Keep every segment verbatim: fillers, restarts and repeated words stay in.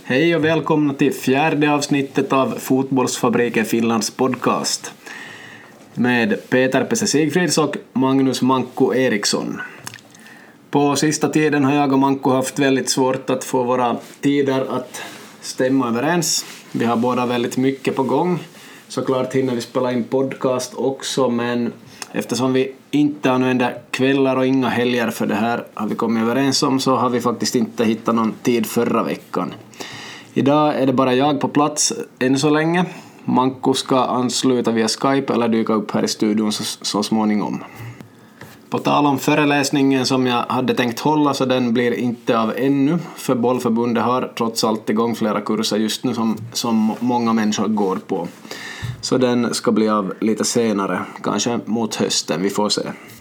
Hej och välkomna till fjärde avsnittet av Fotbollsfabriken Finlands podcast med Peter Pesse Sigfrids och Magnus Manko Eriksson. På sista tiden har jag och Manko haft väldigt svårt att få våra tider att stämma överens. Vi har båda väldigt mycket på gång. Såklart hinner vi spela in podcast också, men eftersom vi inte använder kvällar och inga helger för det här har vi kommit överens om, så har vi faktiskt inte hittat någon tid förra veckan. Idag är det bara jag på plats än så länge. Manko ska ansluta via Skype eller dyka upp här i studion så, så småningom. På tal om föreläsningen som jag hade tänkt hålla, så den blir inte av ännu, för Bollförbundet har trots allt igång flera kurser just nu som, som många människor går på. Så den ska bli av lite senare, kanske mot hösten, vi får se.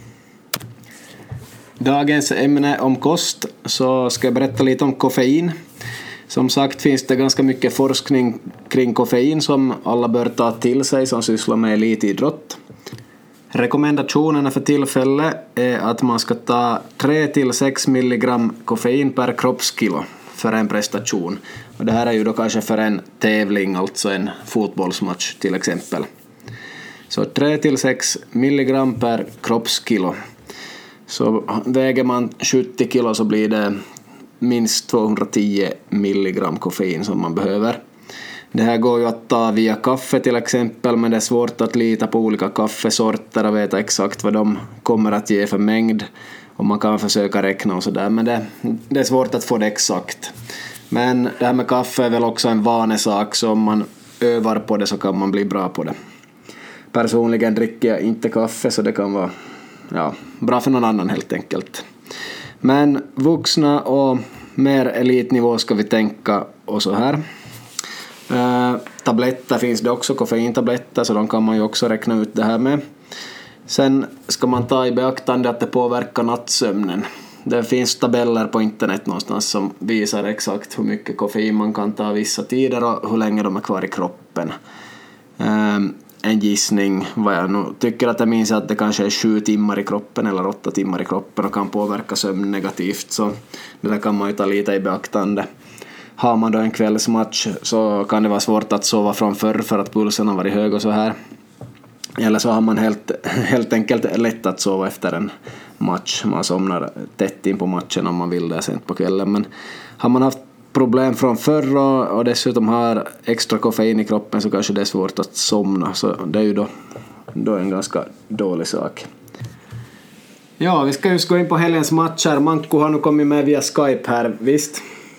Dagens ämne om kost, så ska jag berätta lite om koffein. Som sagt finns det ganska mycket forskning kring koffein som alla bör ta till sig som sysslar med elitidrott. Rekommendationerna för tillfället är att man ska ta tre till sex milligram koffein per kroppskilo för en prestation. Och det här är ju då kanske för en tävling, alltså en fotbollsmatch till exempel. Så tre till sex milligram per kroppskilo. Så väger man sjuttio kilo så blir det minst tvåhundratio milligram koffein som man behöver. Det här går ju att ta via kaffe till exempel, men det är svårt att lita på olika kaffesorter och veta exakt vad de kommer att ge för mängd. Och man kan försöka räkna och sådär, men det, det är svårt att få det exakt. Men det här med kaffe är väl också en vanesak, så om man övar på det så kan man bli bra på det. Personligen dricker jag inte kaffe, så det kan vara ja, bra för någon annan helt enkelt. Men vuxna och mer elitnivå ska vi tänka och så här. Uh, tabletter finns det också, koffeintabletter, så de kan man ju också räkna ut det här med. Sen ska man ta i beaktande att det påverkar nattsömnen. Det finns tabeller på internet någonstans som visar exakt hur mycket koffein man kan ta vissa tider och hur länge de är kvar i kroppen. Uh, en gissning vad jag nu tycker att jag minns att det kanske är sju timmar i kroppen eller åtta timmar i kroppen och kan påverka sömn negativt, så det där kan man ju ta lite i beaktande. Har man då en kvällsmatch så kan det vara svårt att sova från förr för att pulsen har varit hög och så här. Eller så har man helt, helt enkelt lätt att sova efter en match. Man somnar tätt in på matchen om man vill det sent på kvällen. Men har man haft problem från förr och, och dessutom har extra koffein i kroppen, så kanske det är svårt att somna. Så det är ju då, då en ganska dålig sak. Ja, vi ska just gå in på helgens matcher. Manko har nu kommit med via Skype här, visst?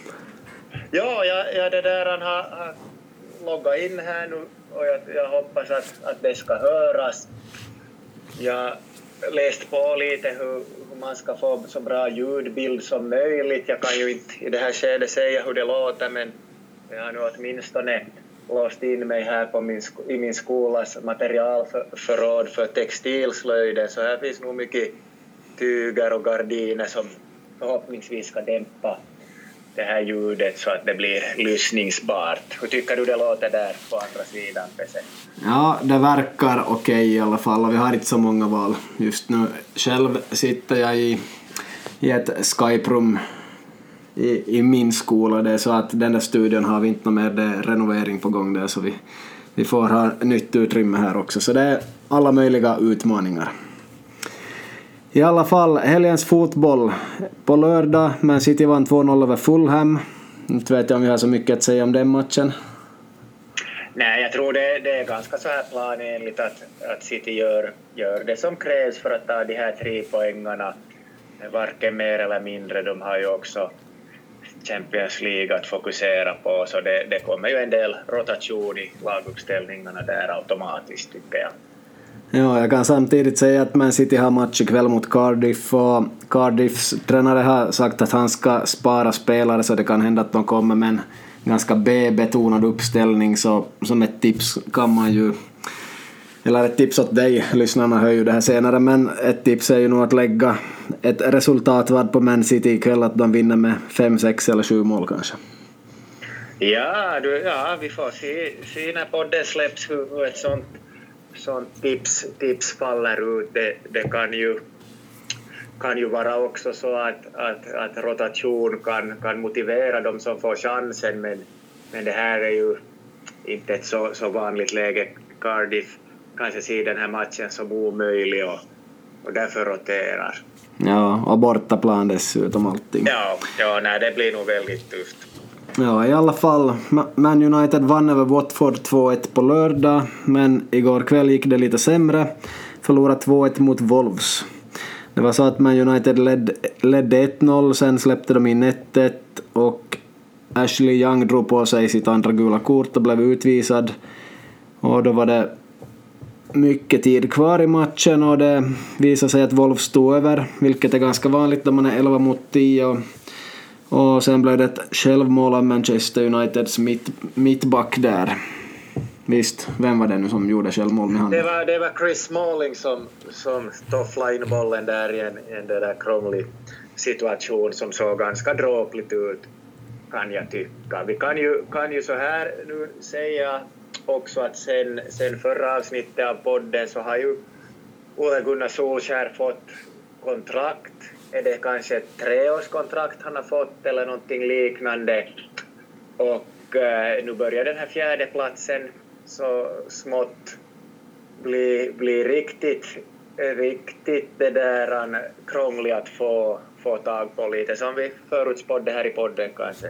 Ja, jag, jag det där han har, har loggat in här nu och jag, jag hoppas att, att det ska höras. Jag läst på lite hur, hur man ska få så bra ljudbild som möjligt. Jag kan ju inte i det här skedet säga hur det låter, men jag har nu åtminstone låst in mig här på min, i min skolas materialförråd för textilslöjden. Så här finns nog mycket tyger och gardiner som förhoppningsvis ska dämpa det här ljudet så att det blir lyssningsbart. Hur tycker du det låter där på andra sidan, Pesse? Ja, det verkar okej okay i alla fall, och vi har inte så många val just nu. Själv sitter jag i, i ett Skype-rum i, i min skola. Det är så att den där studion har vi inte någon mer, det är renovering på gång där, så vi, vi får ha nytt utrymme här också. Så det är alla möjliga utmaningar. I alla fall, helgens fotboll. På lördag, Man City vann två noll över Fulham. Inte vet jag om vi har så mycket att säga om den matchen. Nej, jag tror det, det är ganska så här planenligt att, att City gör, gör det som krävs för att ta de här tre poängarna. Varken mer eller mindre. De har ju också Champions League att fokusera på, så det, det kommer ju en del rotation i laguppställningarna där automatiskt, tycker jag. Ja, jag kan samtidigt säga att Man City har match ikväll mot Cardiff, och Cardiffs tränare har sagt att han ska spara spelare, så det kan hända att de kommer med en ganska B-betonad uppställning. Så som ett tips kan man ju, eller ett tips åt dig, lyssnarna hör ju det här senare, men ett tips är ju nog att lägga ett resultatvad på Man City ikväll, att de vinner med fem, sex eller sju mål kanske. Ja, du, ja vi får se, se när podden släpps hur, hur ett sånt sånt tips, tips faller ut. Det, det kan ju kan ju vara också så att, att, att rotation kan, kan motivera dem som får chansen, men, men det här är ju inte ett så, så vanligt läge. Cardiff kanske ser den här matchen som omöjlig och, och därför roterar. Ja, och bortaplan dessutom allting. Ja, ja nej, det blir nog väldigt tufft. Ja, i alla fall, Man United vann över Watford två ett på lördag, men igår kväll gick det lite sämre. Förlorade två ett mot Wolves. Det var så att Man United led, ledde ett noll, sen släppte de in ett ett och Ashley Young drog på sig sitt andra gula kort och blev utvisad. Och då var det mycket tid kvar i matchen och det visade sig att Wolves stod över, vilket är ganska vanligt då man är elva mot tio. Och, och sen blev det ett självmål av Manchester Uniteds mitt, mittback där. Visst, vem var det nu som gjorde självmål med handen? Det var, det var Chris Smalling som, som tofflade in bollen där i en, en där krånglig situation som såg ganska dråpligt ut, kan jag tycka. Vi kan ju, kan ju så här nu säga också att sen, sen förra avsnittet av podden så har ju Ole Gunnar Solskjær fått kontrakt. Är det kanske ett treårskontrakt han har fått eller någonting liknande? Och eh, nu börjar den här fjärde platsen så smått bli, bli riktigt, riktigt det där krångligt att få, få tag på, lite som vi förutspådde här i podden kanske.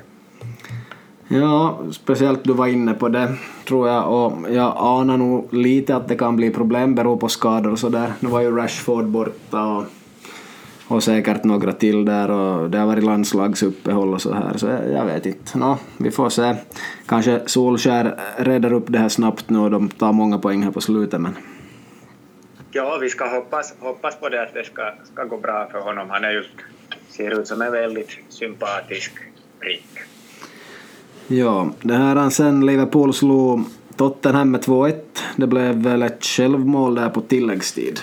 Ja, speciellt du var inne på det, tror jag, och jag anar nog lite att det kan bli problem, beror på skador och sådär. Nu var ju Rashford borta och, och säkert några till där, och det har varit landslagsuppehåll och så här, så jag, jag vet inte. Nå, vi får se. Kanske Solskjær räddar upp det här snabbt nu och de tar många poäng här på slutet, men... Ja, vi ska hoppas, hoppas på det att det ska, ska gå bra för honom. Han är ju, ser ut som en väldigt sympatisk prick. Ja, det här sen Liverpool slog Tottenham med två ett. Det blev väl ett självmål där på tilläggstid.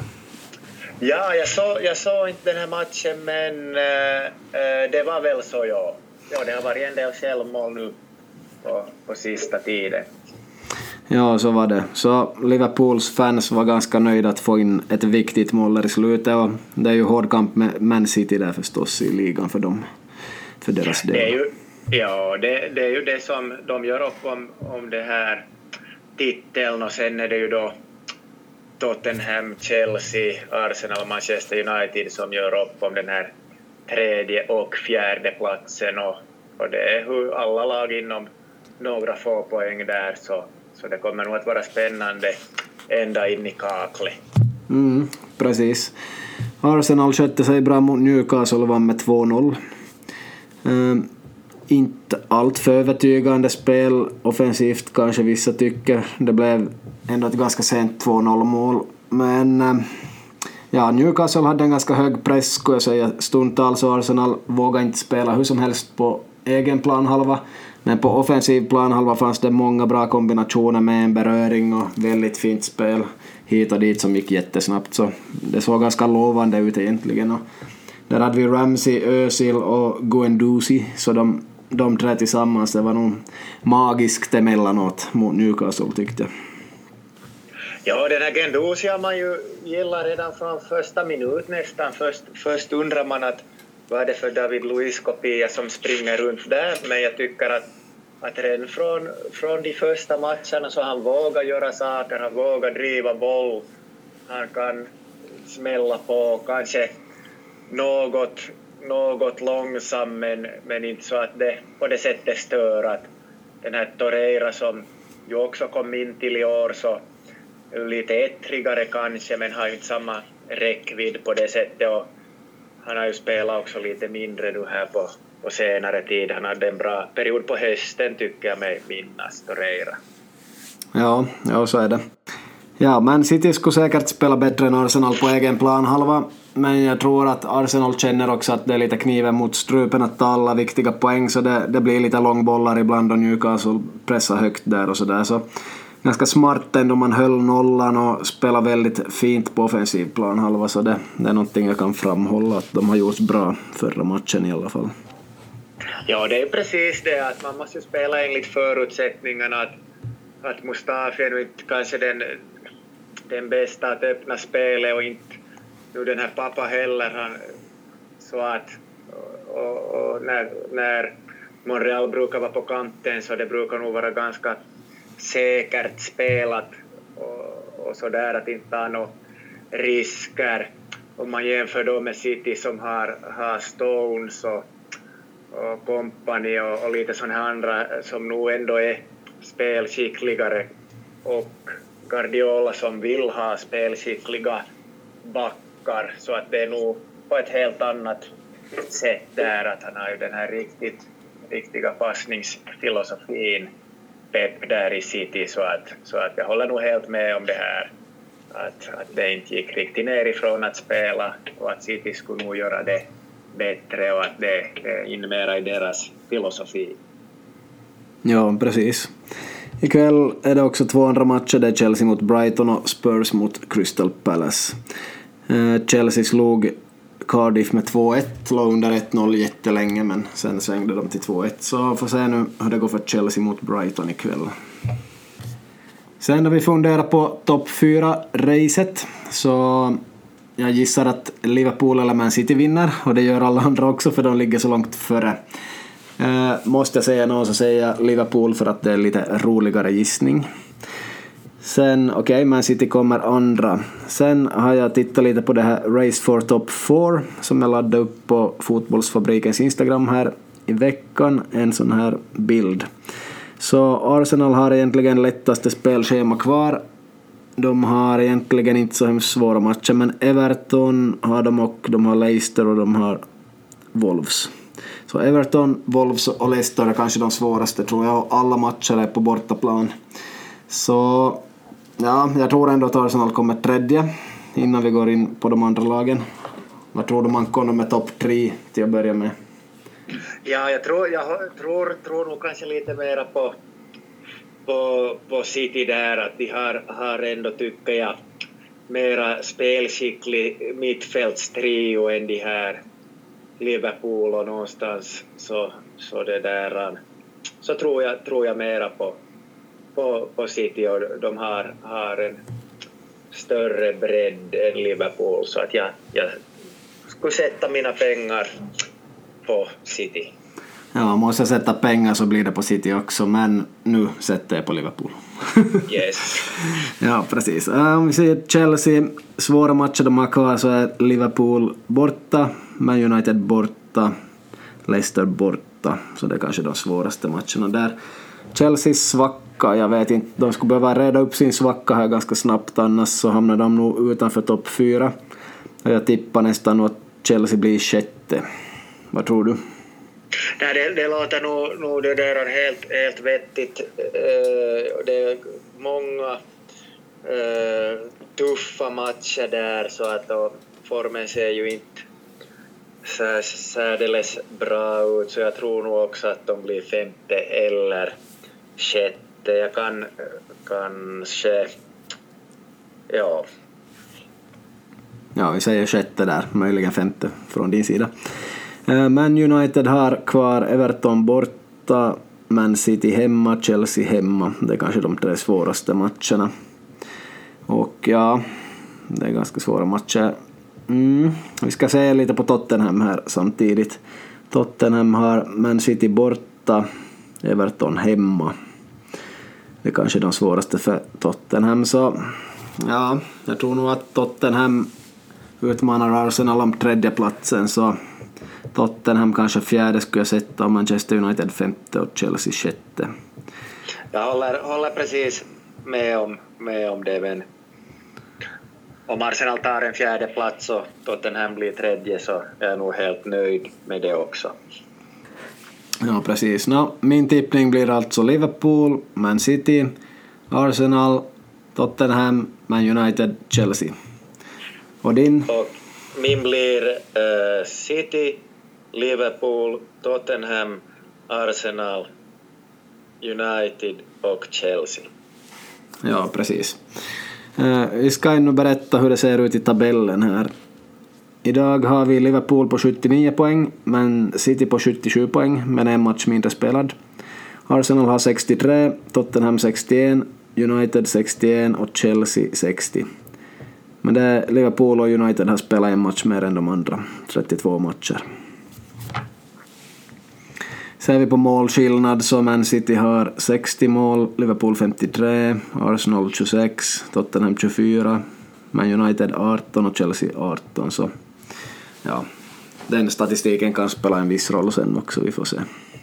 Ja, jag såg jag så inte den här matchen, men äh, det var väl så, ja. Ja, det har varit en del självmål nu på, på sista tiden. Ja, så var det. Så Liverpools fans var ganska nöjda att få in ett viktigt mål där i slutet, och det är ju hård kamp med Man City där förstås i ligan för dem, för deras del. Det är ju, ja, det, det är ju det som de gör upp om, om det här titeln, och sen är det ju då Tottenham, Chelsea, Arsenal och Manchester United som gör upp om den här tredje och fjärde platsen, och, och det är hur alla lag inom några få poäng där, så, så det kommer nog att vara spännande ända in i kaklet. Mm, precis. Arsenal skötte sig bra mot Newcastle och vann med två noll. Um, inte allt för övertygande spel offensivt kanske vissa tycker. Det blev ändå ett ganska sent två noll mål, men um, ja, Newcastle hade en ganska hög press, skulle jag säga, stundtals, och Arsenal vågade inte spela hur som helst på egen planhalva, men på offensiv planhalva fanns det många bra kombinationer med en beröring och väldigt fint spel hit och dit som gick jättesnabbt, så det såg ganska lovande ut egentligen. Och där hade vi Ramsey, Özil och Guendouzi, så de, de tre tillsammans, det var nog magiskt emellanåt mot Newcastle tyckte jag. Ja, den här Guendouzi har man ju gillat redan från första minut nästan. Först, först undrar man att vad är det för David Luiz-kopia som springer runt där, men jag tycker att, att redan från, från de första matcherna så han vågar göra saker, han vågar driva boll, han kan smälla på, kanske något, något långsam, men, men inte så att det på det sättet stör. Att den här Torreira som ju också kom in till i år, så lite ettrigare kanske, men har inte samma räckvidd på det sättet, och han har ju spelat också lite mindre nu här på, på senare tid. Han hade en bra period på hösten tycker jag mig minnas, Torreira. Ja, ja, så är det. Ja, Man City skulle säkert spela bättre än Arsenal på egen plan halva, men jag tror att Arsenal känner också att det är lite kniven mot strupen att ta alla viktiga poäng, så det, det blir lite långbollar ibland och Newcastle pressar högt där och sådär, så ganska smart ändå, man höll nollan och spelar väldigt fint på offensiv plan halva, så det, det är någonting jag kan framhålla att de har gjort bra förra matchen i alla fall. Ja, det är precis det att man måste spela enligt förutsättningarna, att, att Mustafi är nu inte kanske den, den bästa att öppna spelet och inte, nu den här pappa heller, han, så att och, och, och när, när Montreal brukar vara på kanten så det brukar nog vara ganska säkert spelat och, och så där att inte ta några risker. Om man jämför då med City som har, har Stones och, och company och, och lite sådana andra som nog ändå är spelskickligare och Guardiola som vill ha spelskickliga backar, så att det är nog på ett helt annat sätt där att han har ju den här riktigt, riktiga passningsfilosofin Pep där i City, så att, så att jag håller nog helt med om det här att, att det inte gick riktigt nerifrån att spela och att City skulle nog göra det bättre och att det, det innemerar i deras filosofi. Ja, precis. Ikväll är det också två andra matcher. Det är Chelsea mot Brighton och Spurs mot Crystal Palace. Eh, Chelsea slog Cardiff med två ett, låg under ett noll jättelänge, men sen svängde de till två ett. Så får se nu hur det går för Chelsea mot Brighton ikväll. Sen när vi funderar på topp fyra racet, så jag gissar att Liverpool eller Man City vinner, och det gör alla andra också för de ligger så långt före. Eh, måste jag säga någon så säger jag Liverpool för att det är lite roligare gissning. Sen, okej, okay, Man City kommer andra. Sen har jag tittat lite på det här Race for Top fyra som jag laddade upp på Fotbollsfabrikens Instagram här i veckan. En sån här bild. Så Arsenal har egentligen lättaste spelschema kvar. De har egentligen inte så hemskt svåra matcher, men Everton har de och de har Leicester och de har Wolves. Så Everton, Wolves och Leicester är kanske de svåraste tror jag, och alla matcher är på bortaplan. Så ja, jag tror ändå att Arsenal kommer tredje innan vi går in på de andra lagen. Vad tror du man kommer med topp tre till att börja med? Ja, jag tror, jag tror, tror nog kanske lite mera på, på, på City där, att de har, har ändå, tycker jag, mera spelskicklig mittfältstrio än de här Liverpool, och någonstans så, så det där, så tror jag, tror jag mera på, på, på City, och de har, har en större bredd än Liverpool, så att jag, jag skulle sätta mina pengar på City. Ja, måste jag sätta pengar så blir det på City också, men nu sätter jag på Liverpool. Yes. Ja, precis. Om vi ser Chelsea, svåra matcher de har kvar så är Liverpool borta, Man United borta, Leicester borta, så det är kanske de svåraste matcherna där. Chelsea svacka, jag vet inte, de skulle behöva reda upp sin svacka här ganska snabbt, annars så hamnar de nog utanför topp fyra. Och jag tippar nästan att Chelsea blir sjätte. Vad tror du? Nej, det, det låter nog, nog det där helt, helt vettigt. Uh, det är många uh, tuffa matcher där, så att då, formen ser ju inte så, särdeles bra ut, så jag tror nog också att de blir femte eller sjätte. Jag kan kanske, ja. Ja, vi säger sjätte där, möjligen femte från din sida. Man United har kvar Everton borta, Man City hemma, Chelsea hemma. Det är kanske de tre svåraste matcherna. Och ja, det är ganska svåra matcher. Mm. Vi ska se lite på Tottenham här samtidigt. Tottenham har Man City borta, Everton hemma. Det är kanske de svåraste för Tottenham. Så ja, jag tror nog att Tottenham utmanar Arsenal om tredje platsen, så Tottenham kanske fjärde skulle jag sätta, och Manchester United femte och Chelsea sjätte. Jag håller, håller precis med om, med om det, men om Arsenal tar en fjärde plats och Tottenham blir tredje, så är jag nog helt nöjd med det också. Ja, precis. No, min tippning blir alltså Liverpool, Man City, Arsenal, Tottenham, Man United, Chelsea. Och din? Och min blir uh, City, Liverpool, Tottenham, Arsenal, United och Chelsea. Ja, precis. Uh, vi ska ännu berätta hur det ser ut i tabellen här. Idag har vi Liverpool på sjuttionio poäng, men City på sjuttiosju poäng, men en match mindre spelad. Arsenal har sextiotre, Tottenham sextioen, United sextioen och Chelsea sextio. Men det Liverpool och United har spelat en match mer än de andra, trettiotvå matcher. Ser vi på målskillnad så Man City har sextio mål, Liverpool femtiotre, Arsenal tjugosex, Tottenham tjugofyra, Man United arton och Chelsea arton. Så ja, den statistiken kan spela en viss roll sen också, vi får se.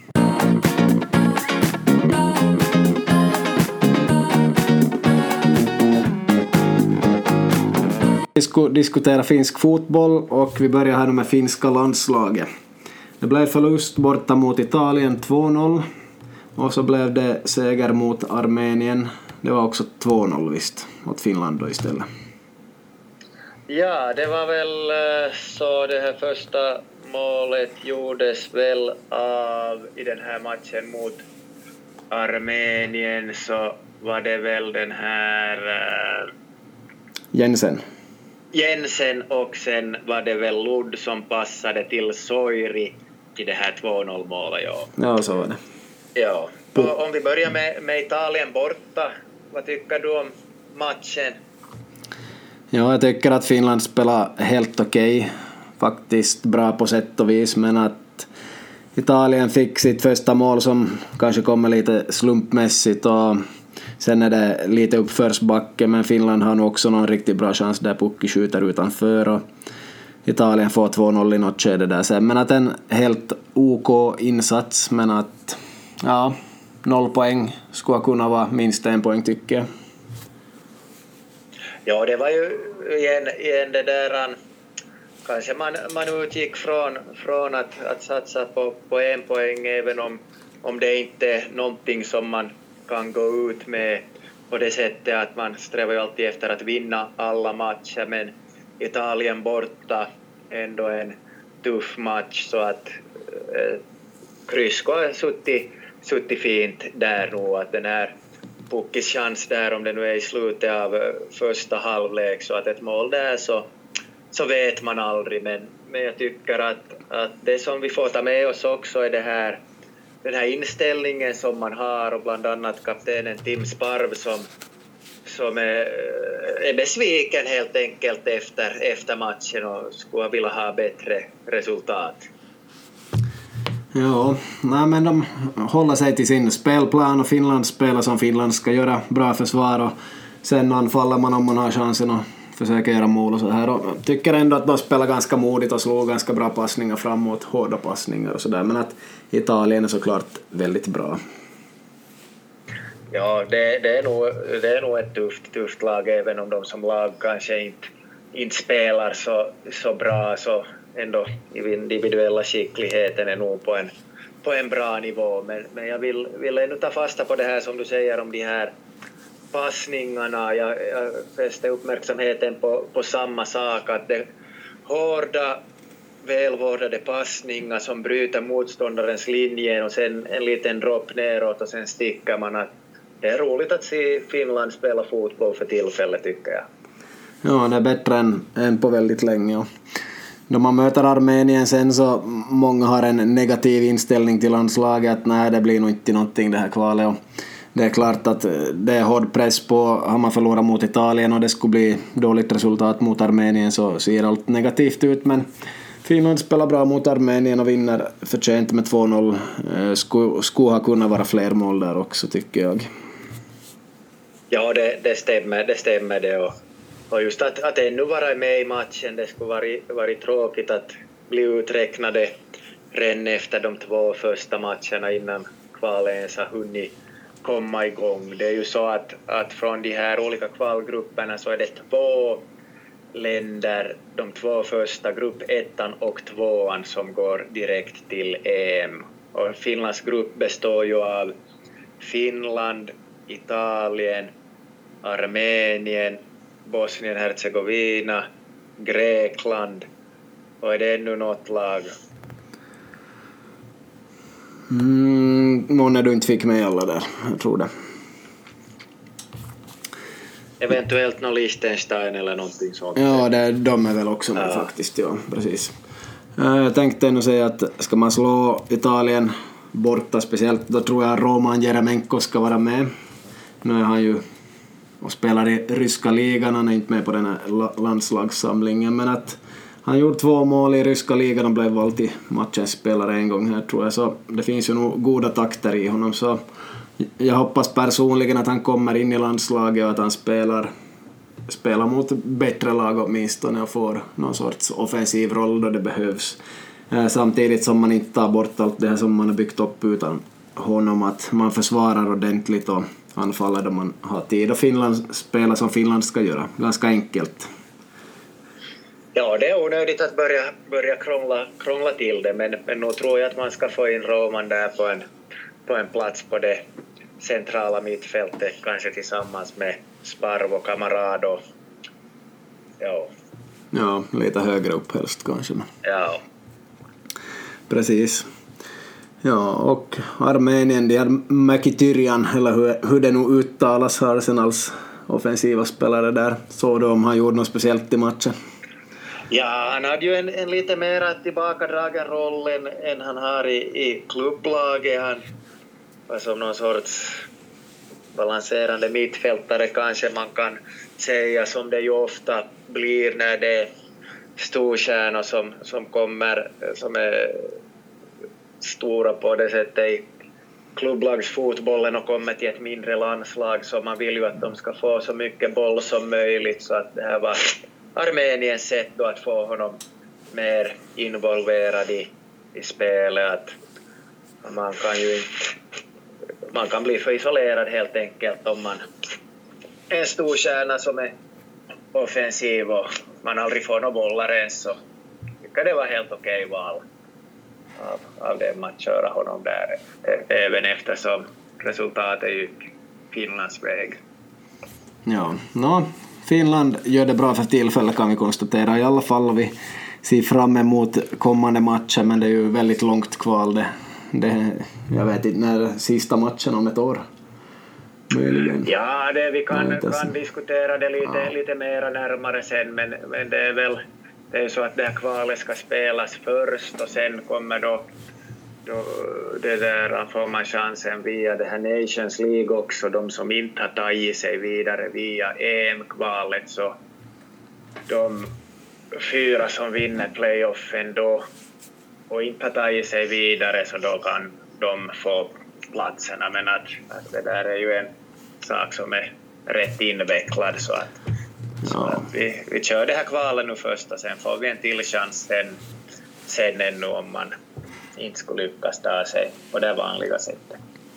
Vi ska diskutera finsk fotboll och vi börjar här med finska landslaget. Det blev förlust borta mot Italien två noll och så blev det seger mot Armenien. Det var också två noll visst åt Finland då istället. Ja, det var väl så det här första målet gjordes väl av i den här matchen mot Armenien, så var det väl den här uh, Jensen. Jensen och sen var det väl Ludd som passade till Soiri till det här två noll målet. Ja, ja så var det. Ja, och om vi börjar med, med Italien borta, vad tycker du om matchen? Ja, jag tycker att Finland spelar helt okej. Okay. Faktiskt bra på sätt och vis, men att Italien fick sitt första mål som kanske kommer lite slumpmässigt och sen är det lite uppförsbacke, men Finland har nog också någon riktigt bra chans där Pukki skjuter utanför och Italien får två noll i något skede där sen. Men att en helt OK insats, men att ja, noll poäng skulle kunna vara minst en poäng tycker jag. Ja, det var ju igen, igen det där, kanske man, man utgick från, från att, att satsa på, på en poäng även om, om det inte är någonting som man kan gå ut med på det sättet att man strävar ju alltid efter att vinna alla matcher, men Italien borta ändå en tuff match, så att eh, Krysko har suttit, suttit fint där nu, att den här Pukkis chans där, om det nu är i slutet av första halvlek, så att ett mål där så, så vet man aldrig, men, men jag tycker att, att det som vi får ta med oss också är det här, den här inställningen som man har, och bland annat kaptenen Tim Sparv som, som är, är besviken helt enkelt efter, efter matchen och skulle vilja ha bättre resultat. Ja, nej, men de håller sig till sin spelplan och Finland spelar som Finland ska göra, bra försvar och sen anfaller man om man har chansen att försöka göra mål och så här. Och jag tycker ändå att de spelar ganska modigt och slår ganska bra passningar framåt, hårda passningar och sådär, men att Italien är såklart väldigt bra. Ja, det, det, är nog, det är nog ett tufft, tufft lag, även om de som lag kanske inte, inte spelar så, så bra, så ändå individuella skickligheten är nog på en, på en bra nivå. Men, men jag vill, vill ändå ta fasta på det här som du säger om de här passningarna. Jag, jag fäste uppmärksamheten på, på samma sak, att det hårda, välvårdade passningar som bryter motståndarens linje och sen en liten dropp neråt och sen sticker man. Att det är roligt att se Finland spela fotboll för tillfället, tycker jag. Ja, det är bättre än, än på väldigt länge. Då man möter Armenien sen så många har en negativ inställning till landslaget, att nej, det blir nog inte någonting det här kvalet. Och det är klart att det är hård press på, har man förlorat mot Italien och det skulle bli dåligt resultat mot Armenien så ser allt negativt ut, men Finland spelar bra mot Armenien och vinner förtjänt med två noll. Skulle, skulle ha kunnat vara fler mål där också, tycker jag. Ja, det, det stämmer det. Stämmer det. Och, och just att, att ännu vara med i matchen, det skulle varit, varit tråkigt att bli uträknade redan efter de två första matcherna innan kvalet ens har hunnit komma igång. Det är ju så att, att från de här olika kvalgrupperna så är det två länder, de två första, grupp ettan och tvåan, som går direkt till E M. Och Finlands grupp består ju av Finland, Italien, Armenien, Bosnien-Hercegovina, Grekland, och är det ännu något lag? Mm, någon är du inte fick med alla där, jag tror det. Eventuellt någon Liechtenstein eller någonting sånt. Ja, det, de är väl också med, ja. Faktiskt, ja, precis. Jag tänkte ännu säga att ska man slå Italien borta speciellt, då tror jag Roman Jeremenko ska vara med. Nu är han ju och spelar i ryska ligan. Han är inte med på den här landslagssamlingen, men att han gjorde två mål i ryska ligan och blev vald till matchens spelare en gång här, tror jag. Så det finns ju nog goda takter i honom, så jag hoppas personligen att han kommer in i landslaget och att han spelar spelar mot bättre lag åtminstone och får någon sorts offensiv roll då det behövs. Samtidigt som man inte tar bort allt det här som man har byggt upp utan honom, att man försvarar ordentligt och anfaller då man har tid. Och Finland spelar som Finland ska göra. Ganska enkelt. Ja, det är onödigt att börja, börja krångla, krångla till det, men, men nu tror jag att man ska få in Roman där på en, på en plats på det centrala mittfältet, kanske tillsammans med Sparv och Camarado. Ja. Ja, lite högre upp helst kanske. Ja. Precis. Ja, och Armenien, det är Mkhitaryan, eller hur, hur det nu uttalas, Arsenals offensiva spelare där. Så då om han gjorde något speciellt i matchen? Ja, han hade ju en, en lite mer tillbakadragen roll än, än han har i, i klubblaget. Han var som någon sorts balanserande mittfältare kanske man kan säga, som det ju ofta blir när det är storstjärnor som, som kommer, som är stora på det sättet i klubblagsfotbollen och kommer till ett mindre landslag, så man vill ju att de ska få så mycket boll som möjligt, så att det här var Armeniens sätt då att få honom mer involverad i, i spelet. Att man kan ju inte, man kan bli för isolerad helt enkelt om man är en stor stjärna som är offensiv och man aldrig får några bollar ens, så tycker det var helt okej val av, av det att köra honom där, även eftersom resultatet gick Finlands väg. Ja, no, Finland gör det bra för tillfället kan vi konstatera i alla fall, och vi ser fram emot kommande matcher, men det är ju väldigt långt kval det. Det, jag vet inte när sista matchen om ett år möjligen. Ja, det, vi kan, kan diskutera det lite, ja. lite mer närmare sen, men, men det är väl det är så att det här kvalet ska spelas först och sen kommer då, då det där, får man chansen via det här Nations League också, de som inte har tagit sig vidare via E M-kvalet, så de fyra som vinner playoffen då och inte har tagit sig vidare, så då kan de få platserna, men att, att det där är ju en sak som är rätt invecklad, så att, ja. så att vi, vi kör det här kvalet nu först och sen får vi en till chans sen, sen ännu om man inte skulle lyckas ta sig på det vanliga sättet.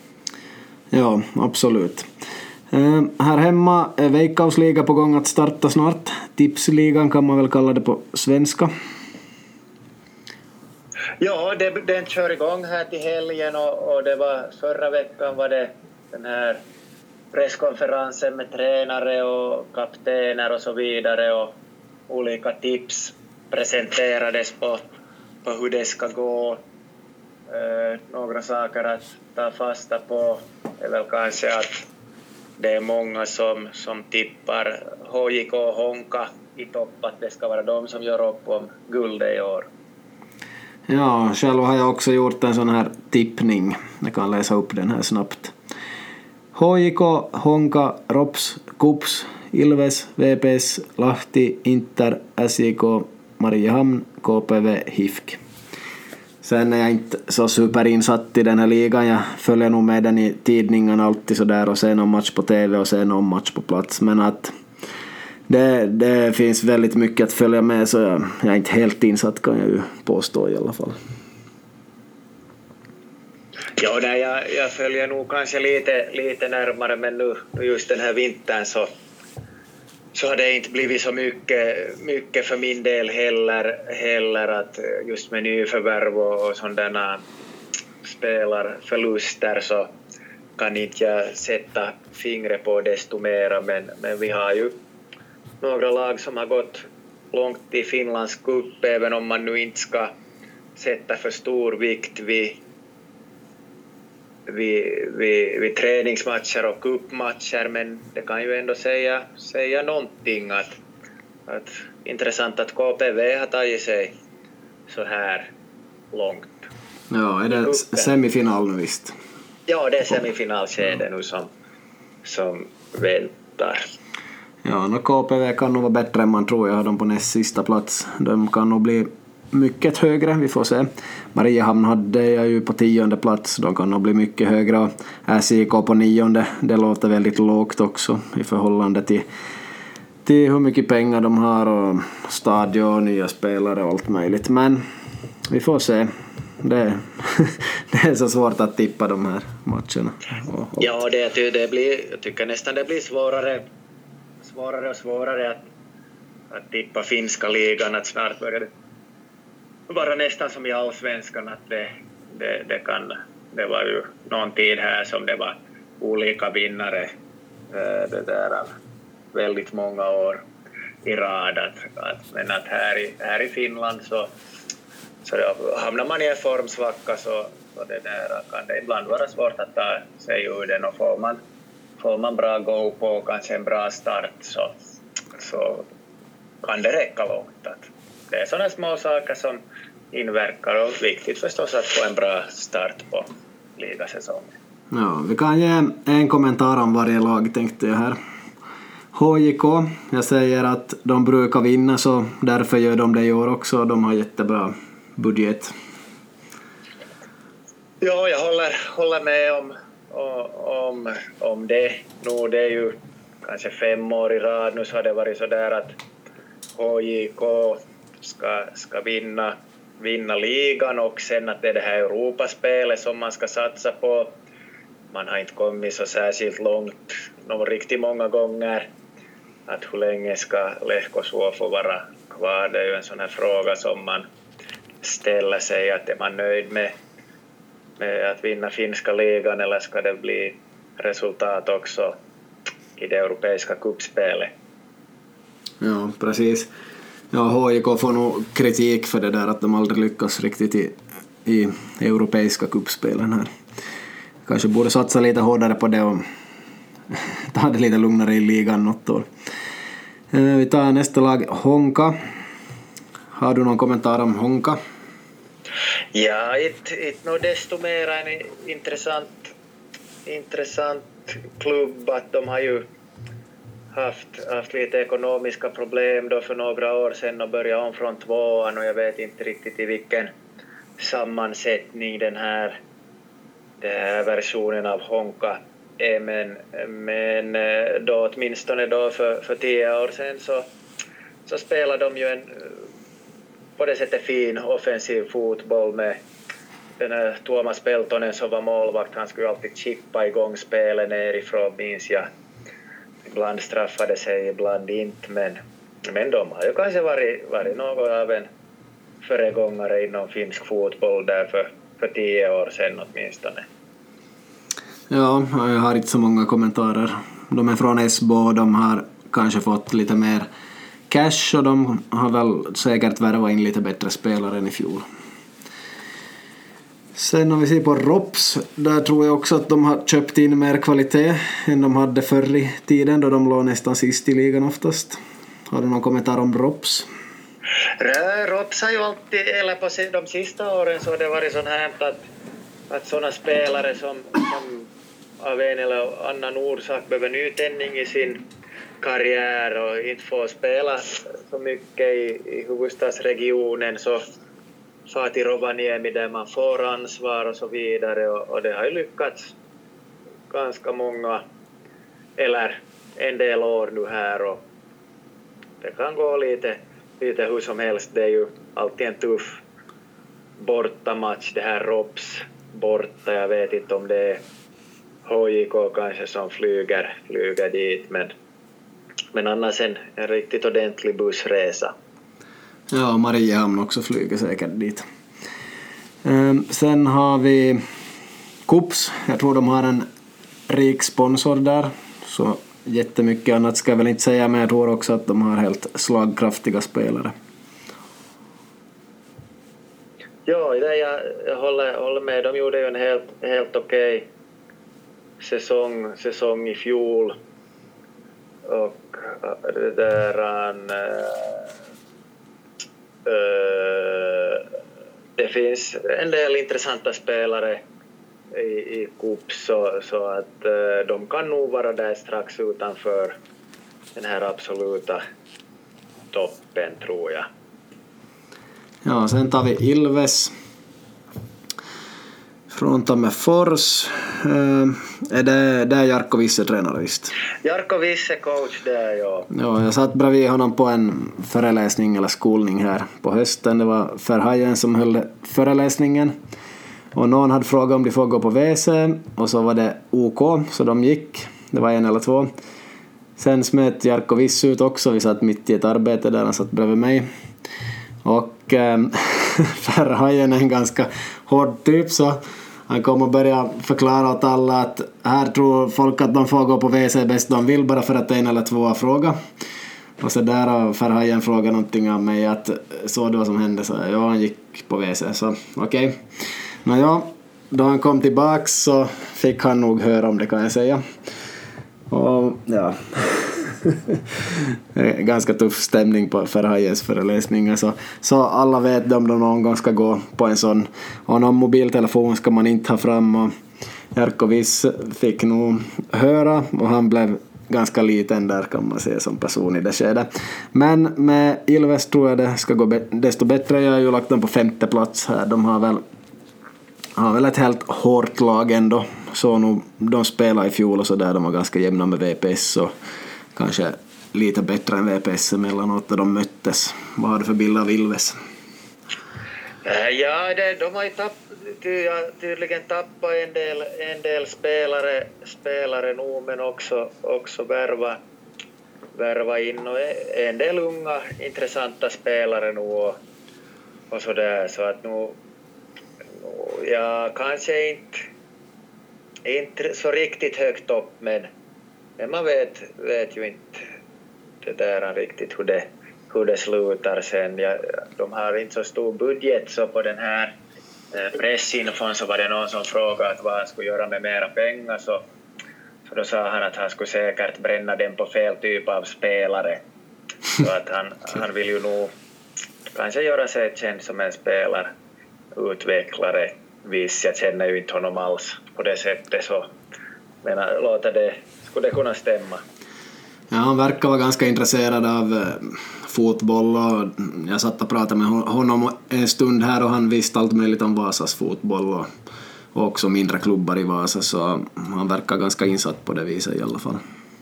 Ja, absolut. Uh, här hemma är Veikkausliga på gång att starta snart. Tipsligan kan man väl kalla det på svenska. Ja, det, den kör igång här till helgen och, och det var förra veckan var det den här presskonferensen med tränare och kaptener och så vidare, och olika tips presenterades på, på hur det ska gå. Eh, några saker att ta fasta på är väl kanske att det är många som, som tippar H J K och Honka i topp, att det ska vara de som gör upp om guldet i år. Ja, själv har jag också gjort en sån här tippning. Jag kan läsa upp den här snabbt. H J K, Honka, Rops, Kups, Ilves, V P S, Lahti, Inter, S J K, Mariehamn, K P V, H I F K. Sen är jag inte så superinsatt i den här ligan. Jag följer nog med den i tidningarna alltid så där och ser någon match på T V och ser någon match på plats. Men att det, det finns väldigt mycket att följa med, så jag, jag är inte helt insatt kan jag ju påstå i alla fall. Ja, nej, jag, jag följer nog kanske lite, lite närmare, men nu just den här vintern så, så har det inte blivit så mycket, mycket för min del heller, heller att just med nyförvärv och, och sådana spelarförluster så kan inte jag sätta fingret på desto mera, men, men vi har ju några lag som har gått långt i Finlands cup, även om man nu inte ska sätta för stor vikt vid Vid, vid, vid träningsmatcher och cupmatcher, men det kan ju ändå säga, säga någonting att, att intressant att K P V har tagit sig så här långt. Ja, är det semifinal nu visst? Ja, det är semifinalskede nu som, som där. Ja, no K P V kan nog vara bättre än man tror. Jag har dem på näst sista plats. De kan nog bli mycket högre, vi får se. Mariehamn hade jag ju på tionde plats. De kan nog bli mycket högre. S I K på nionde. Det låter väldigt lågt också i förhållande till, till hur mycket pengar de har och stadion, nya spelare och allt möjligt. Men vi får se. Det, det är så svårt att tippa de här matcherna. Ja, det, det blir, jag tycker nästan det blir svårare, svårare och svårare att, att tippa finska ligan. Att snart börjar det vara nästan som i allsvenskan. Att det, det, det, kan, det var ju någon tid här som det var olika vinnare. Det där väldigt många år i rad. Att, att, men att här i, här i Finland så Så då hamnar man i en formsvacka så, så det där kan det ibland vara svårt att ta sig ur den, och får man, får man bra go på kanske en bra start så, så kan det räcka långt. Att det är sådana små saker som inverkar, och viktigt förstås att få en bra start på ligasäsongen. Ja, vi kan ge en kommentar om varje lag tänkte jag här. H J K, jag säger att de brukar vinna så därför gör de det i år också. De har jättebra budget. Ja, jag håller, håller med om, om, om det. Nu det är ju kanske fem år i rad nu så har det varit så där att H J K ska, ska vinna, vinna ligan, och sen att det är det här Europaspelet som man ska satsa på. Man har inte kommit så särskilt långt någon riktigt många gånger. Att hur länge ska Lehko Suo få vara kvar, det är ju en sån här fråga som man ställer sig. Att är man nöjd med, med att vinna finska ligan, eller ska det bli resultat också i det europeiska cupspelet? Ja, precis. Ja, H J K får nog kritik för det där att de aldrig lyckas riktigt i, i europeiska cupspelen här. Kanske borde satsa lite hårdare på det och ta det lite lugnare i ligan något år. Vi tar nästa lag, Honka. Har du någon kommentar om Honka? Ja, inte nog desto mer en intressant, intressant klubb. Att de har ju haft, haft lite ekonomiska problem då för några år sedan och började om från tvåan, och jag vet inte riktigt i vilken sammansättning den här, den här versionen av Honka är, men, men då åtminstone då för, för tio år sedan så, så spelade de ju en på det sättet fin offensiv fotboll med den här Tuomas Peltonen som var målvakt. Han skulle alltid chippa igång spelet nerifrån, minns jag. Ibland straffade sig, ibland inte, men, men de har ju kanske varit, varit något av en föregångare inom finsk fotboll där för, för tio år sedan åtminstone. Ja, jag har inte så många kommentarer. De är från Esbo och de har kanske fått lite mer cash och de har väl säkert värvat in lite bättre spelare än i fjol. Sen om vi ser på Rops, där tror jag också att de har köpt in mer kvalitet än de hade förr i tiden då de låg nästan sist i ligan oftast. Har du någon kommentar om Rops? Rops har ju alltid, eller på de sista åren så har det varit sån här att, att sådana spelare som, som av en eller annan orsak behöver nytändning i sin karriär och inte får spela så mycket i, i huvudstadsregionen, så far till Rovaniemi där man får ansvar och så vidare, och, och det har ju lyckats ganska många eller en del år nu här, och det kan gå lite, lite hur som helst. Det är ju alltid en tuff bortamatch det här, Rops borta. Jag vet inte om det är H J K kanske som flyger, flyger dit, men, men annars en, en riktigt ordentlig bussresa. Ja, Mariehamn också flyger säkert dit. Um, sen har vi Kups. Jag tror de har en rik sponsor där. Så jättemycket annat ska jag väl inte säga, men jag tror också att de har helt slagkraftiga spelare. Ja, det jag, jag håller, håller med. De gjorde ju en helt, helt okej okay säsong, säsong i fjol. Och det där han... Uh, det finns en del intressanta spelare i, i cup så, så att uh, de kan nog vara där strax utanför den här absoluta toppen, tror jag. Ja, sen tar vi Ilves från Tammerfors. Uh, är det, det är Jarkko Visse tränare, visst? Jarkko Visse coach där, ja. Ja, jag satt bredvid honom på en föreläsning eller skolning här på hösten. Det var Ferhajen som höll föreläsningen. Och någon hade frågat om de får gå på W C. Och så var det OK, så de gick. Det var en eller två. Sen smet Jarkko Visse ut också. Vi satt mitt i ett arbete där, han satt bredvid mig. Och äh, Ferhajen är en ganska hård typ, så han kom och började förklara åt alla att här tror folk att de får gå på W C bäst de vill, bara för att en eller två har frågat. Och så där har Ferhajen frågat någonting av mig, att så det vad som hände, så ja, han gick på W C, så okej. Okay. Men ja, då han kom tillbaks så fick han nog höra om det, kan jag säga. Och ja, ganska tuff stämning på Ferhajens föreläsningar, så, så alla vet om de någon gång ska gå på en sån, och någon mobiltelefon ska man inte ha fram, och Jarkko Visse fick nog höra, och han blev ganska liten där, kan man säga, som person i det skedet. Men med Ilves tror jag det ska gå be- desto bättre. Jag har ju lagt dem på femte plats här. De har väl har väl ett helt hårt lag ändå, så nu de spelar i fjol och så där, de var ganska jämna med V P S och kanske lite bättre än V P S emellanåt när de möttes. Vad har du för bild av Ilves? Ja, det, de har ju tapp, ty, tydligen tappat en del, en del spelare, spelare nu, men också, också värva, värva in och en del unga intressanta spelare nu och, och så där, så att nu, nu ja, kanske inte, inte så riktigt högt upp, men, men man vet, vet ju inte det där riktigt hur det hur det slutar sen. Ja, de har inte så stor budget, så på den här eh, pressinfon så var det någon som frågade att vad han skulle göra med mera pengar, så, så då sa han att han skulle säkert bränna den på fel typ av spelare. Så att han, han vill ju nog kanske göra sig känd som en spelarutvecklare. Visst, jag känner ju inte honom alls på det sättet, så men låta det, skulle det kunna stämma. Ja, han verkar vara ganska intresserad av eh, fotboll, och jag satt och pratade med honom en stund här och han visste allt möjligt om Vasas fotboll och, och också mindre klubbar i Vasa, så han verkar ganska insatt på det viset i alla fall.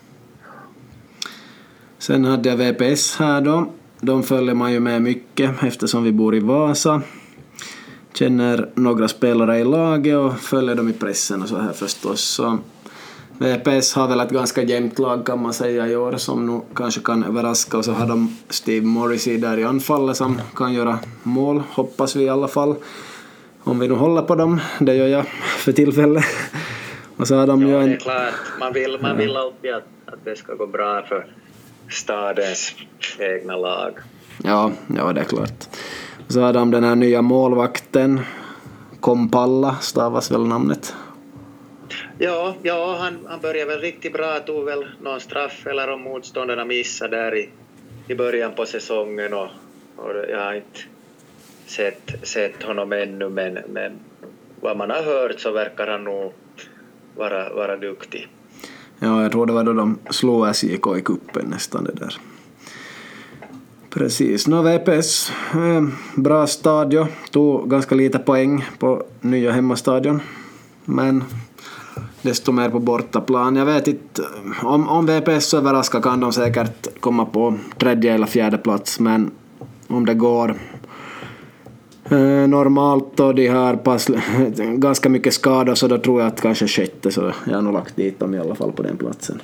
Sen hade jag V P S här då. De följer man ju med mycket eftersom vi bor i Vasa. Känner några spelare i laget och följer dem i pressen och så här förstås, så V P S har väl ett ganska jämnt lag, kan man säga, i år, som nu kanske kan överraska, och så har de Steve Morrissey där i anfallet som kan göra mål, hoppas vi i alla fall, om vi nu håller på dem. Det gör jag för tillfället. Och så har de ja, ju en... det är klart. Man vill, man vill alltid att, att det ska gå bra för stadens egna lag. Ja, ja, det är klart. Och så har de den här nya målvakten Kompalla, stavas väl namnet. Ja, ja han, han börjar väl riktigt bra, tog väl någon straff eller om motståndarna missade där i, i början på säsongen, och, och jag har inte sett, sett honom ännu, men, men vad man har hört så verkar han nog vara, vara duktig. Ja, jag tror det var då de slog S J K i kuppen nästan det där. Precis, nu V P S, eh, bra stadion, tog ganska lite poäng på nya hemmastadion, men desto mer på bortaplan. Jag vet inte, om, om V P S överraskar kan de säkert komma på tredje eller fjärde plats, men om det går eh, normalt och de har pass, ganska mycket skador, så då tror jag att kanske sjätte, så jag har nog lagt dit dem i alla fall på den platsen.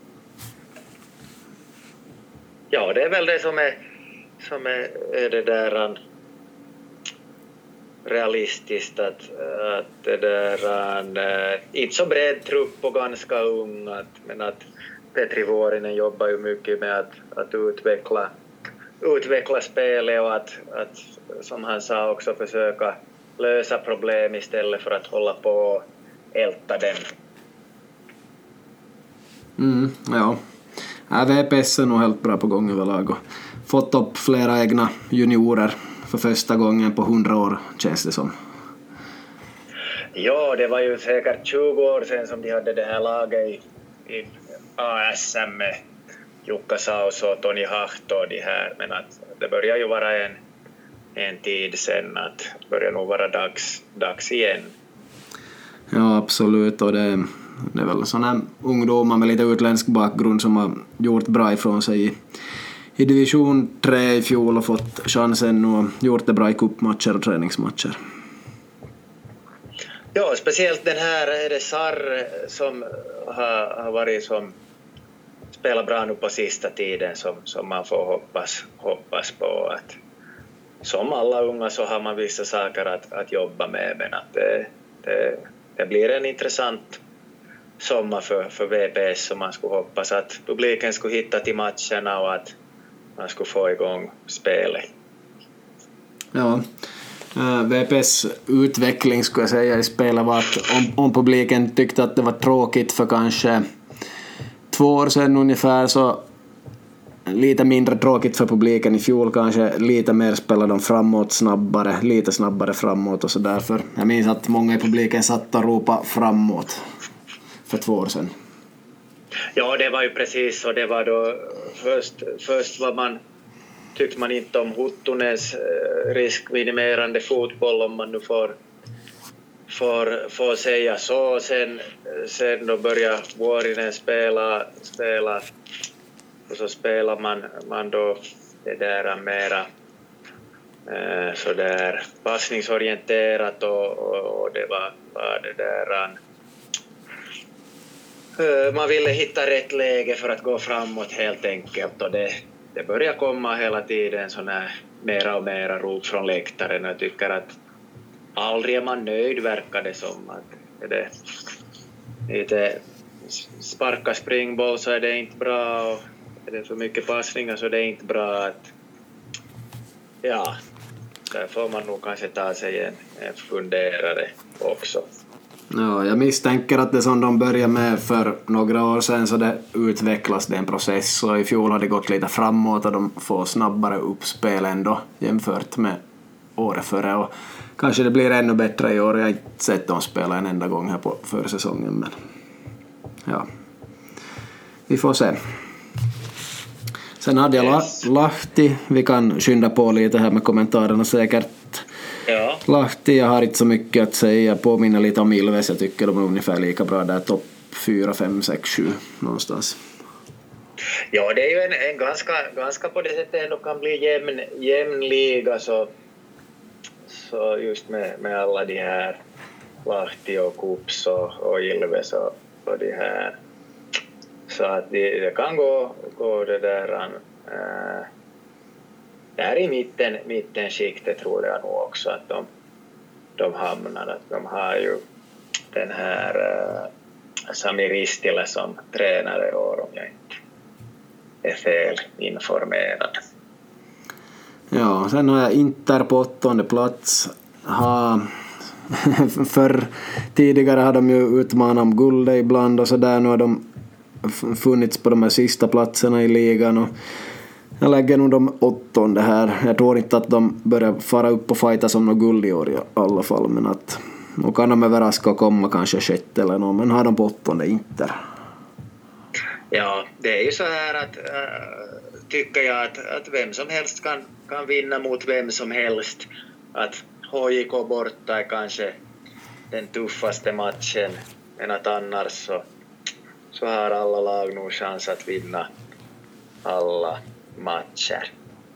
Ja, det är väl det som är, som är, är det där realistiskt, att, att det där äh, inte så bred trupp och ganska ung, att, men att Petri Vuorinen jobbar ju mycket med att, att utveckla, utveckla spelet och att, att, som han sa, också försöka lösa problem istället för att hålla på och älta den. Mm, ja. Ja, V P S är nog helt bra på gång överlag och fått upp flera egna juniorer för första gången på hundra år, känns det som. Ja, det var ju säkert tjugo år sedan som de hade det här laget i, i A S M med Jukka Saus och Toni Hahto och de här, men att det börjar ju vara en, en tid sedan, att det börjar nog vara dags, dags igen. Ja, absolut, och det, det är väl sådana ungdomar med lite utländsk bakgrund som har gjort bra ifrån sig i, i division tre i fjol och fått chansen och gjort det bra i cupmatcher och träningsmatcher. Ja, speciellt den här är det Sarr som har, har varit som spelar bra nu på sista tiden som, som man får hoppas, hoppas på att som alla unga så har man vissa saker att, att jobba med, men att det, det, det blir en intressant sommar för, för V P S som man skulle hoppas att publiken skulle hitta till matcherna och att man skulle få igång spelet. Ja, V P S utveckling skulle jag säga i spelet var att om, om publiken tyckte att det var tråkigt för kanske två år sedan ungefär, så lite mindre tråkigt för publiken i fjol, kanske lite mer spelar de framåt snabbare, lite snabbare framåt och så därför. Jag minns att många i publiken satt och ropade framåt för två år sedan. Ja, det var ju precis, och det var då först, först var man tyckte man inte om Huttunens riskminimerande fotboll, om man nu får får, får säga så. Sen, sen då börjar Vuorinen spela, spela och så spelar man, man då det där mera eh, så där passningsorienterat och, och, och det var, var det där eh, man ville hitta rätt läge för att gå framåt helt enkelt, och det, det börjar komma hela tiden såna mera och mera rop från läktaren. Jag tycker att aldrig är man nöjd, verkar det som. Att det lite sparka springboll så är det inte bra, och är det för mycket passningar så är det inte bra. Att, ja, där får man nog kanske ta sig en, en funderare också. Ja, jag misstänker att det som de började med för några år sedan, så det utvecklas det en process, och i fjol har det gått lite framåt och de får snabbare uppspel ändå jämfört med året före, och kanske det blir ännu bättre i år. Jag har inte sett dem spela en enda gång här på försäsongen, men ja, vi får se. Sen hade jag yes. Lahti, vi kan skynda på lite här med kommentarerna säkert. Ja. Lahti, jag har inte så mycket att säga, påminner lite om Ilves, jag tycker de är ungefär lika bra där, topp fyra, fem, sex, sju någonstans. Ja, det är ju en, en ganska, ganska på det sättet ändå kan bli jämn, jämn liga, så, så just med, med alla de här Lahti och Kups och, och Ilves och, och de här, så att det, det kan gå, gå det där äh, där i mitten, mittenskiktet tror jag nog också att de, de hamnar, att de har ju den här äh, Sami Ristila som tränare i år, om jag inte är fel informerad. Ja, sen har jag Inter på åttonde plats. Ha, för tidigare har de ju utmanat om guldet ibland och sådär. Nu har de funnits på de här sista platserna i ligan, och jag lägger nog de åttonde här. Jag tror inte att de börjar fara upp och fighta som något guld i år i alla fall, men att nu kan de överraska och komma kanske sjätte eller något, men har de på åttonde Inter. Ja, det är ju så här att äh, tycker jag att, att vem som helst kan, kan vinna mot vem som helst. Att H J K borta är kanske den tuffaste matchen, men att annars så, så har alla lag nog chans att vinna alla matcher.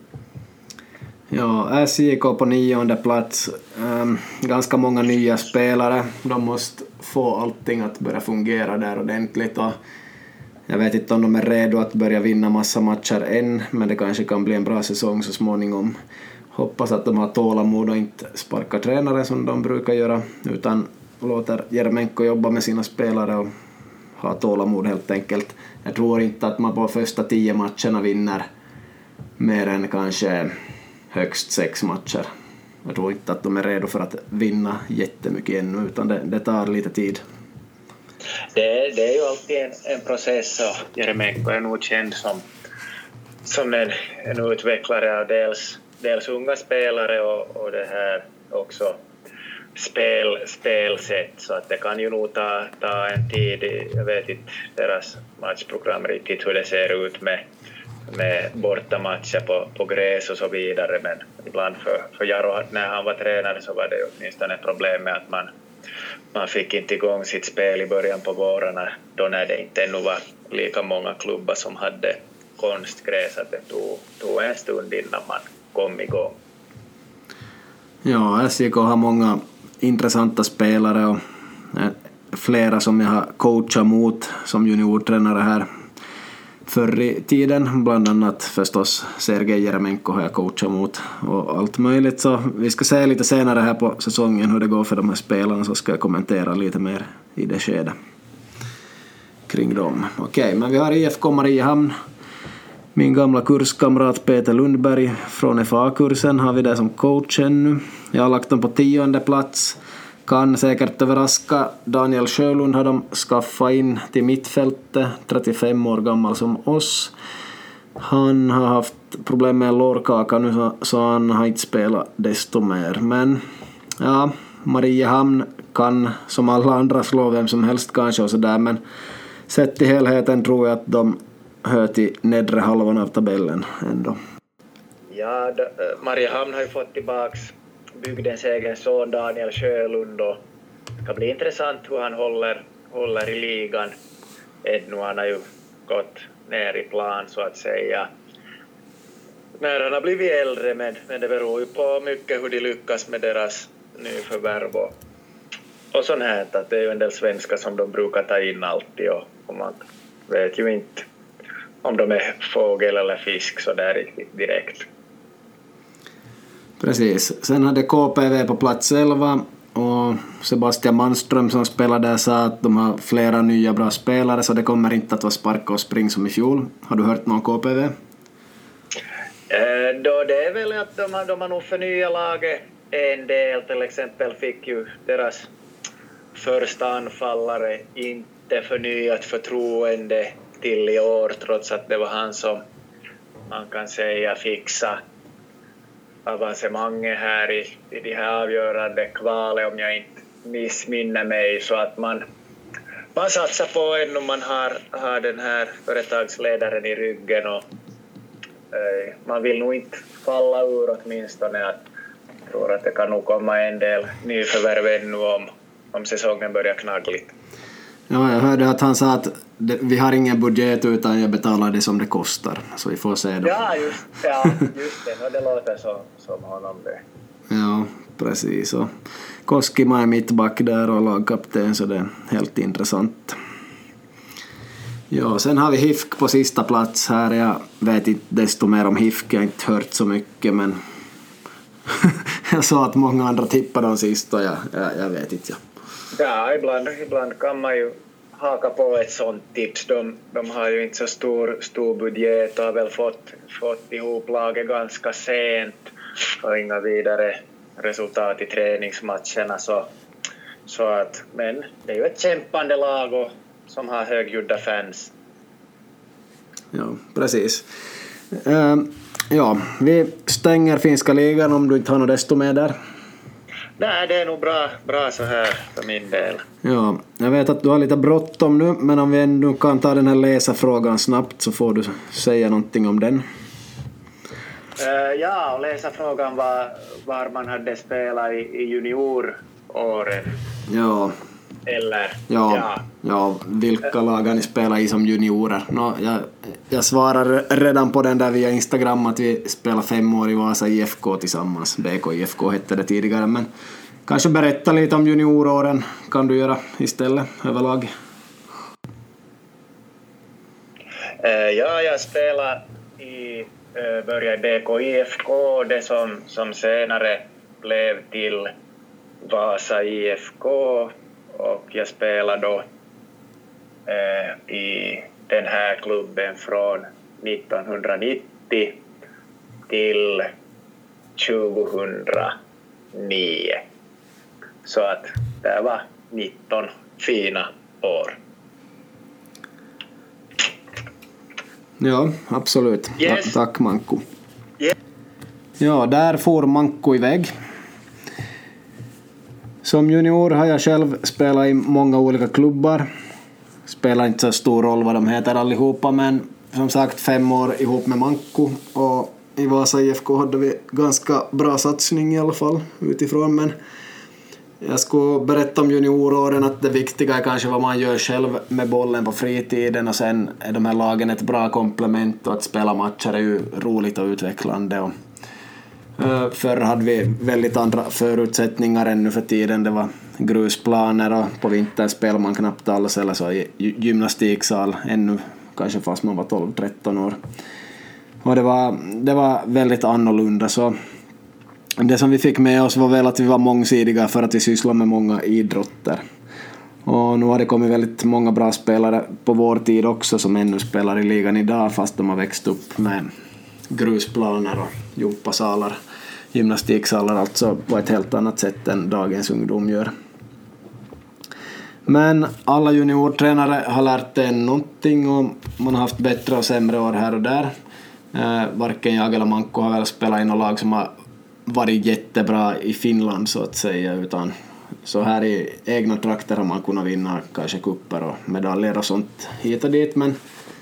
Ja, S J K på nionde plats. Um, ganska många nya spelare. De måste få allting att börja fungera där ordentligt, och jag vet inte om de är redo att börja vinna massa matcher än, men det kanske kan bli en bra säsong så småningom. Hoppas att de har tålamod och inte sparkar tränare som de brukar göra, utan låter Jeremenko jobba med sina spelare och ha tålamod helt enkelt. Jag tror inte att man på första tio matcherna vinner mer än kanske högst sex matcher. Jag tror inte att de är redo för att vinna jättemycket ännu, utan det, det tar lite tid. Det, det är ju alltid en, en process, och Jeremenko är nog känd som, som en, en utvecklare av dels, dels unga spelare och, och det här också spel, spelsätt, så att det kan ju nog ta, ta en tid. Jag vet inte deras matchprogram riktigt hur det ser ut med, med bortamatcher på, på gräs och så vidare, men ibland för, för Jaro när han var tränare så var det åtminstone ett problem med att man, man fick inte igång sitt spel i början på vårarna, då när det inte ännu var lika många klubbar som hade konstgräs, att det tog, tog en stund innan man kom igång. Ja, S J K har många intressanta spelare och flera som jag har coachat mot som juniortränare här förr i tiden. Bland annat förstås Sergej Jeremenko har jag coachat mot och allt möjligt. Så vi ska se lite senare här på säsongen hur det går för de här spelarna, så ska jag kommentera lite mer i det skedet kring dem. Okej, men vi har I F K Mariehamn. Min gamla kurskamrat Peter Lundberg från F A-kursen har vi där som coach ännu. Jag har lagt dem på tionde plats. Kan säkert överraska. Daniel Sjölund har de skaffat in till mittfältet, trettiofem år gammal som oss. Han har haft problem med lårkaka nu, så han har inte spelat desto mer. Men ja, Mariehamn kan som alla andra slå vem som helst kanske och sådär, men sett till helheten tror jag att de hör till nedre halvan av tabellen ändå. Ja, Mariehamn har ju fått tillbaks bygdens egen son Daniel Sjölund, och det kan bli intressant hur han håller, håller i ligan. Ännu han har ju gått ner i plan så att säga när han har blivit äldre, men, men det beror ju på mycket hur de lyckas med deras nyförvärv och, och sånt här, att det är ju en del svenskar som de brukar ta in alltid, och, och man vet ju inte om de är fågel eller fisk så där riktigt direkt. Precis. Sen hade K P V på plats elva och Sebastian Manström som spelade där sa att de har flera nya bra spelare, så det kommer inte att vara sparka och spring som i fjol. Har du hört någon K P V? Eh, då det är väl att de har, de har nog förnyat laget en del. Till exempel fick ju deras första anfallare inte förnyat förtroende till i år, trots att det var han som man kan säga fixa avancemanget här i, i de här avgörande kvalet, om jag inte missminner mig, så att man, man satsar på en om man har, har den här företagsledaren i ryggen, och eh, man vill nog inte falla ur åtminstone. Att, jag tror att det kan nog komma en del nyförvärv ännu om, om säsongen börjar knaggligt. Ja, jag hörde att han sa att det, vi har ingen budget utan jag betalar det som det kostar. Så vi får se då. Ja, just, ja, just det. Och det låter som, som honom det. Ja, precis. Och Koskima är mittback där och lagkapten, så det är helt intressant. Ja, sen har vi H I F K på sista plats här. Jag vet inte desto mer om H I F K. Jag har inte hört så mycket, men jag sa att många andra tippade de sist och jag, jag, jag vet inte. Ja. Ja, ibland, ibland kan man ju haka på ett sånt tips. De, de har ju inte så stor, stor budget och har väl fått, fått ihop laget ganska sent och inga vidare resultat i träningsmatcherna. Så, så att, men det är ju ett kämpande lag och, som har högljudda fans. Ja, precis. Uh, ja, vi stänger finska ligan om du inte har något desto med där. Nej, det är nog bra, bra så här för min del. Ja, jag vet att du har lite bråttom nu, men om vi ändå kan ta den här läsarfrågan snabbt så får du säga någonting om den. Uh, ja, och läsarfrågan var var man hade spelat i, i junioråren. Ja. Eller? Ja, ja. ja, vilka lag har ni spelat i som juniorer? No, jag, jag svarar redan på den där via Instagram att vi spelar fem år i Vasa I F K tillsammans. B K I F K hette det tidigare, men kanske berätta lite om junioråren kan du göra istället överlag. Uh, ja, jag spelade i, uh, började i B K I F K, det som, som senare blev till Vasa I F K. Och jag spelade då eh, i den här klubben från nittonhundranittio till tjugohundranio. Så att det var nitton fina år. Ja, absolut. Yes. Ta- tack Manko. Yes. Ja, där får Manko iväg. Som junior har jag själv spelat i många olika klubbar. Spelar inte så stor roll vad de heter allihopa, men som sagt fem år ihop med Manko, och i Vasa I F K hade vi ganska bra satsning i alla fall utifrån. Men jag skulle berätta om junioråren att det viktiga är kanske vad man gör själv med bollen på fritiden, och sen är de här lagen ett bra komplement, och att spela matcher är ju roligt och utvecklande. Och uh, förr hade vi väldigt andra förutsättningar än nu för tiden. Det var grusplaner och på vintern spelar man knappt alls, eller så gymnastiksal ännu kanske fast man var tolv tretton år. Och det var, det var väldigt annorlunda, så det som vi fick med oss var väl att vi var mångsidiga för att vi sysslar med många idrotter. Och nu har det kommit väldigt många bra spelare på vår tid också som ännu spelar i ligan idag, fast de har växt upp med grusplaner och gympasalar, gymnastiksalar, alltså på ett helt annat sätt än dagens ungdom gör. Men alla juniortränare har lärt en någonting, och man har haft bättre och sämre år här och där. Eh, varken jag eller Manko har väl spelat i något lag som har varit jättebra i Finland så att säga, utan så här i egna trakter har man kunnat vinna kanske kupper och medaljer och sånt hit och dit, men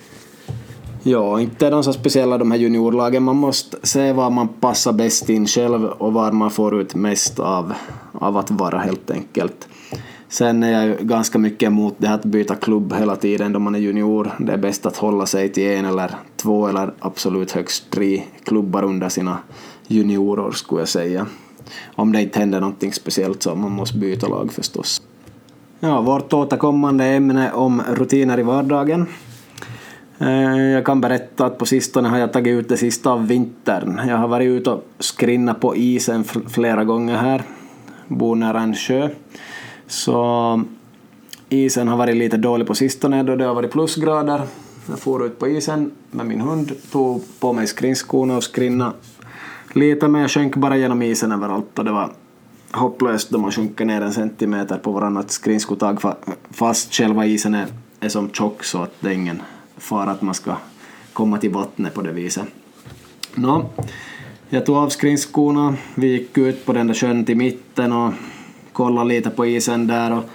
ja, inte är de så speciella de här juniorlagen. Man måste se var man passar bäst in själv och var man får ut mest av, av att vara, helt enkelt. Sen är jag ju ganska mycket emot det här att byta klubb hela tiden då man är junior. Det är bäst att hålla sig till en eller två eller absolut högst tre klubbar under sina juniorår, skulle jag säga. Om det inte händer någonting speciellt så man måste byta lag förstås. Ja, vårt återkommande ämne om rutiner i vardagen. Jag kan berätta att på sistone har jag tagit ut det sista av vintern. Jag har varit ute och skrinnat på isen flera gånger här. Bor nära en sjö. Så isen har varit lite dålig på sistone då det har varit plusgrader. Jag får ut på isen med min hund, tog på mig skrinskorna och skrinna lite, men jag sjönk bara genom isen överallt, och det var hopplöst då man sjunker ner en centimeter på varannat skrinskotag, fast själva isen är, är som tjock, så att det är ingen fara att man ska komma till vattnet på det viset. Nå, jag tog av skrinskorna, vi gick ut på den där sjön till mitten och kollade lite på isen där, och,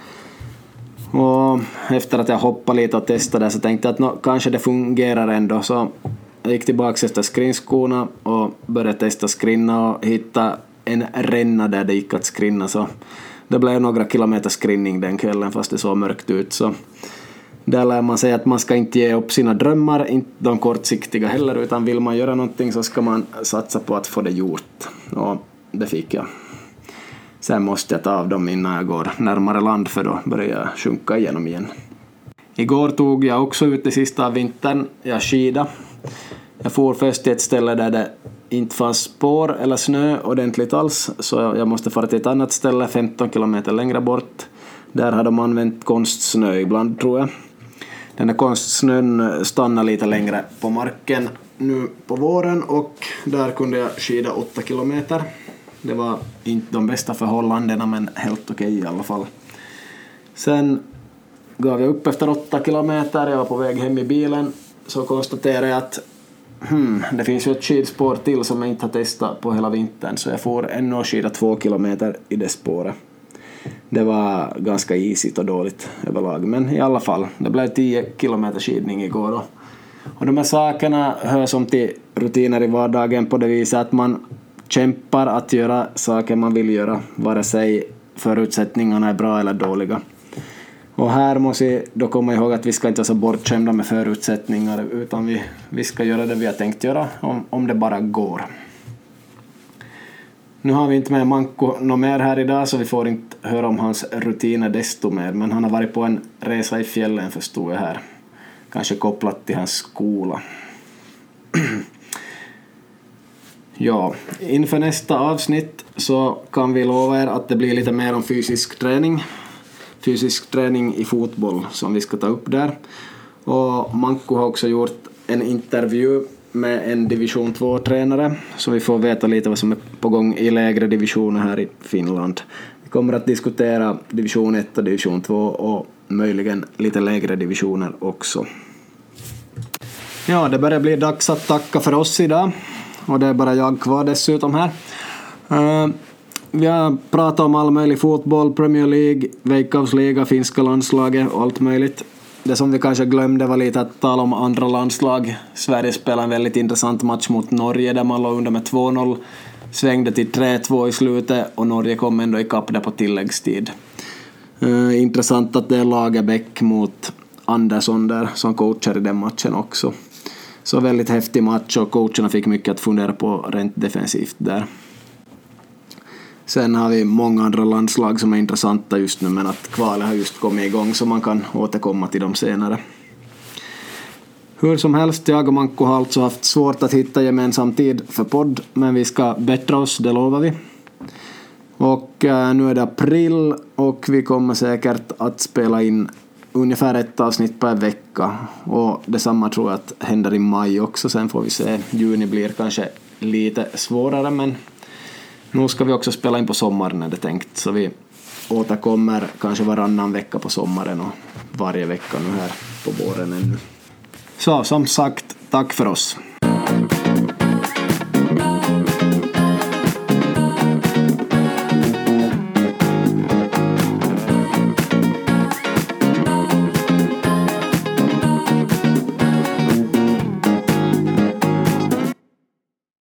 och efter att jag hoppade lite och testade så tänkte jag att no, kanske det fungerar ändå, så jag gick tillbaka efter skrinskorna och började testa skrinna och hitta en ränna där det gick att skrinna, så det blev några kilometer skrinning den kvällen fast det såg mörkt ut. Så där lär man säga att man ska inte ge upp sina drömmar, inte de kortsiktiga heller, utan vill man göra någonting så ska man satsa på att få det gjort, och det fick jag. Sen måste jag ta av dem innan jag går närmare land, för då börjar jag sjunka igenom igen. Igår tog jag också ut det sista av vintern. Jag skida. Jag får först till ett ställe där det inte fanns spår eller snö ordentligt alls, så jag måste fara till ett annat ställe femton kilometer längre bort. Där har de använt konstsnö ibland, tror jag. Den här konstsnön stannar lite längre på marken nu på våren, och där kunde jag skida åtta kilometer. Det var inte de bästa förhållandena, men helt okej i alla fall. Sen gav jag upp efter åtta kilometer. Jag var på väg hem i bilen. Så konstaterade jag att hmm, det finns ju ett skidspår till som jag inte har testat på hela vintern. Så jag får ännu och skida två kilometer i det spåret. Det var ganska isigt och dåligt överlag. Men i alla fall, det blev tio kilometer skidning igår. Och, och de här sakerna hör som till rutiner i vardagen på det viset att man kämpar att göra saker man vill göra, vare sig förutsättningarna är bra eller dåliga. Och här måste vi då komma ihåg att vi ska inte vara så bortskämda med förutsättningar, utan vi, vi ska göra det vi har tänkt göra om, om det bara går. Nu har vi inte med Manko något mer här idag, så vi får inte höra om hans rutiner desto mer, men han har varit på en resa i fjällen, förstod jag här. Kanske kopplat till hans skola. Ja, inför nästa avsnitt så kan vi lova er att det blir lite mer om fysisk träning. Fysisk träning i fotboll som vi ska ta upp där. Och Manko har också gjort en intervju med en division två-tränare, så vi får veta lite vad som är på gång i lägre divisioner här i Finland. Vi kommer att diskutera division ett och division två och möjligen lite lägre divisioner också. Ja, det börjar bli dags att tacka för oss idag. Och det är bara jag kvar dessutom här. Uh, vi har pratat om all möjlig fotboll, Premier League, Veikkausliga, finska landslaget och allt möjligt. Det som vi kanske glömde var lite att tala om andra landslag. Sverige spelade en väldigt intressant match mot Norge där man låg under med två noll. Svängde till tre två i slutet och Norge kom ändå i kapp där på tilläggstid. Uh, intressant att det är Lagerbäck mot Andersson där som coachar i den matchen också. Så väldigt häftig match och coacherna fick mycket att fundera på rent defensivt där. Sen har vi många andra landslag som är intressanta just nu, men att kvalet har just kommit igång så man kan återkomma till dem senare. Hur som helst, jag och Manko har alltså haft svårt att hitta gemensam tid för podd, men vi ska bättra oss, det lovar vi. Och äh, nu är det april och vi kommer säkert att spela in ungefär ett avsnitt per vecka. Och detsamma tror jag att händer i maj också, sen får vi se. Juni blir kanske lite svårare, men nu ska vi också spela in på sommaren är det tänkt. Så vi återkommer kanske varannan vecka på sommaren och varje vecka nu här på våren ännu. Så som sagt, tack för oss.